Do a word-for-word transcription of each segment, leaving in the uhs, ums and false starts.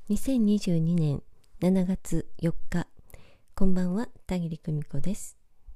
にせんにじゅうにねんしちがつよっか、こんばんは、田切久美子です。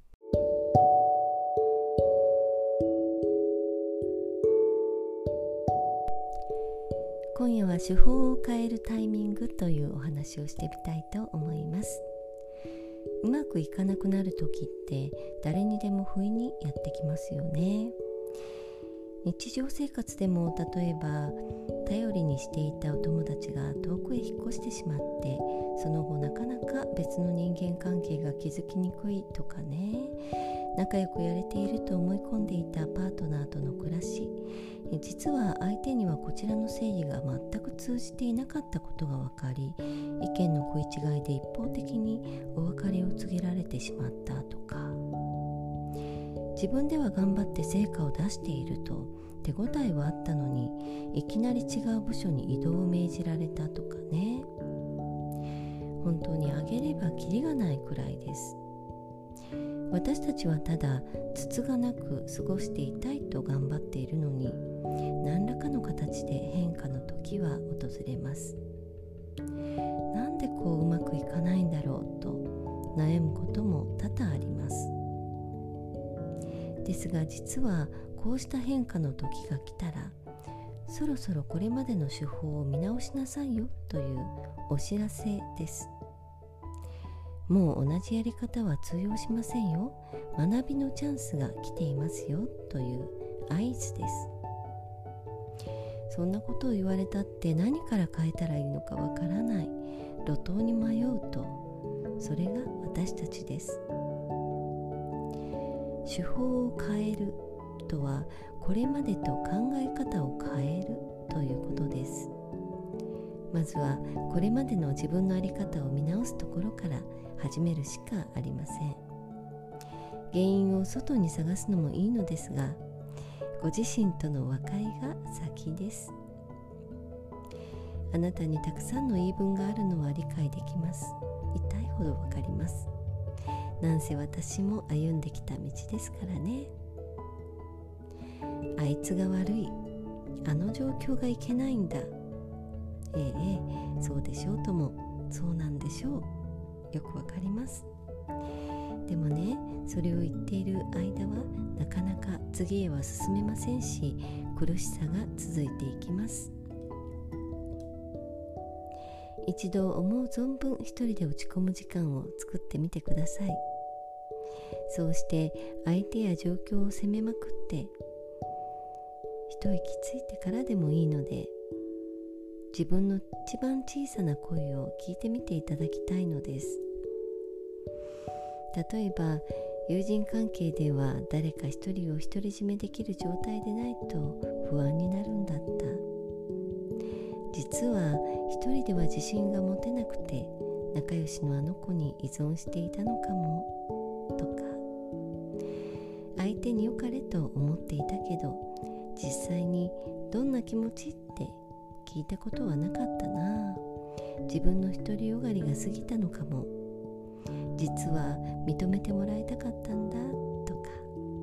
今夜は手法を変えるタイミングというお話をしてみたいと思います。うまくいかなくなる時って誰にでも不意にやってきますよね。日常生活でも例えば頼りにしていたお友達が遠くへ引っ越してしまって、その後なかなか別の人間関係が築きにくいとかね、仲良くやれていると思い込んでいたパートナーとの暮らし、実は相手にはこちらの正義が全く通じていなかったことが分かり、意見の食い違いで一方的にお別れを告げられてしまったとか、自分では頑張って成果を出していると手応えはあったのに、いきなり違う部署に異動を命じられたとかね。本当にあげればキリがないくらいです。私たちはただつつがなく過ごしていたいと頑張っているのに、何らかの形で変化の時は訪れます。なんでこううまくいかないんだろうと悩むことも多々あります。ですが実はこうした変化の時が来たら、そろそろこれまでの手法を見直しなさいよというお知らせです。もう同じやり方は通用しませんよ、学びのチャンスが来ていますよという合図です。そんなことを言われたって何から変えたらいいのかわからない、路頭に迷うと、それが私たちです。手法を変えるとは、これまでと考え方を変えるということです。まずはこれまでの自分の在り方を見直すところから始めるしかありません。原因を外に探すのもいいのですが、ご自身との和解が先です。あなたにたくさんの言い分があるのは理解できます。痛いほどわかります。なんせ私も歩んできた道ですからね。あいつが悪い、あの状況がいけないんだ、ええええ、そうでしょうとも、そうなんでしょう、よくわかります。でもね、それを言っている間はなかなか次へは進めませんし、苦しさが続いていきます。一度思う存分一人で落ち込む時間を作ってみてください。そうして相手や状況を責めまくって一息ついてからでもいいので、自分の一番小さな声を聞いてみていただきたいのです。例えば友人関係では誰か一人を独り占めできる状態でないと不安になるんだった。実は一人では自信が持てなくて仲良しのあの子に依存していたのかもとか、相手に良かれと思っていたけど実際にどんな気持ちって聞いたことはなかったな、自分の独りよがりが過ぎたのかも、実は認めてもらいたかったんだとか、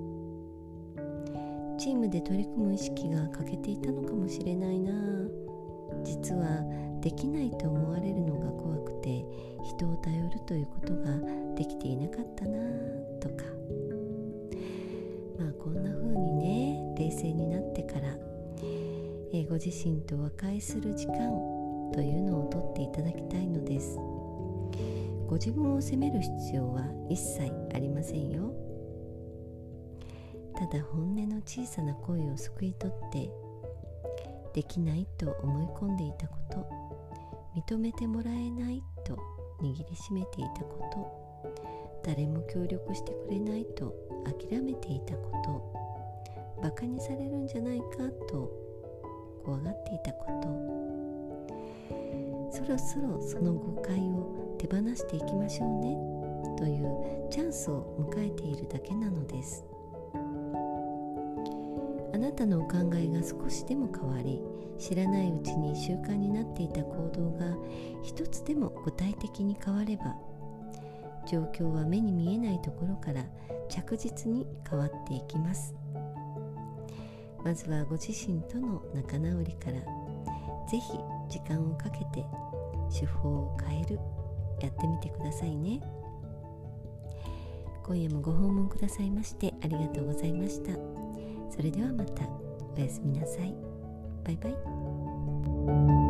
チームで取り組む意識が欠けていたのかもしれないな、実はできないと思われるのが怖くて人を頼るということができていなかったなとか、まあこんな風にね、冷静になってから、えー、ご自身と和解する時間というのをとっていただきたいのです。ご自分を責める必要は一切ありませんよ。ただ本音の小さな声をすくい取って、できないと思い込んでいたこと、認めてもらえないと握りしめていたこと、誰も協力してくれないと諦めていたこと、バカにされるんじゃないかと怖がっていたこと、そろそろその誤解を手放していきましょうねというチャンスを迎えているだけなのです。あなたのお考えが少しでも変わり、知らないうちに習慣になっていた行動が一つでも具体的に変われば、状況は目に見えないところから着実に変わっていきます。まずはご自身との仲直りから、ぜひ時間をかけて手法を変える、やってみてくださいね。今夜もご訪問くださいましてありがとうございました。それではまた。おやすみなさい。バイバイ。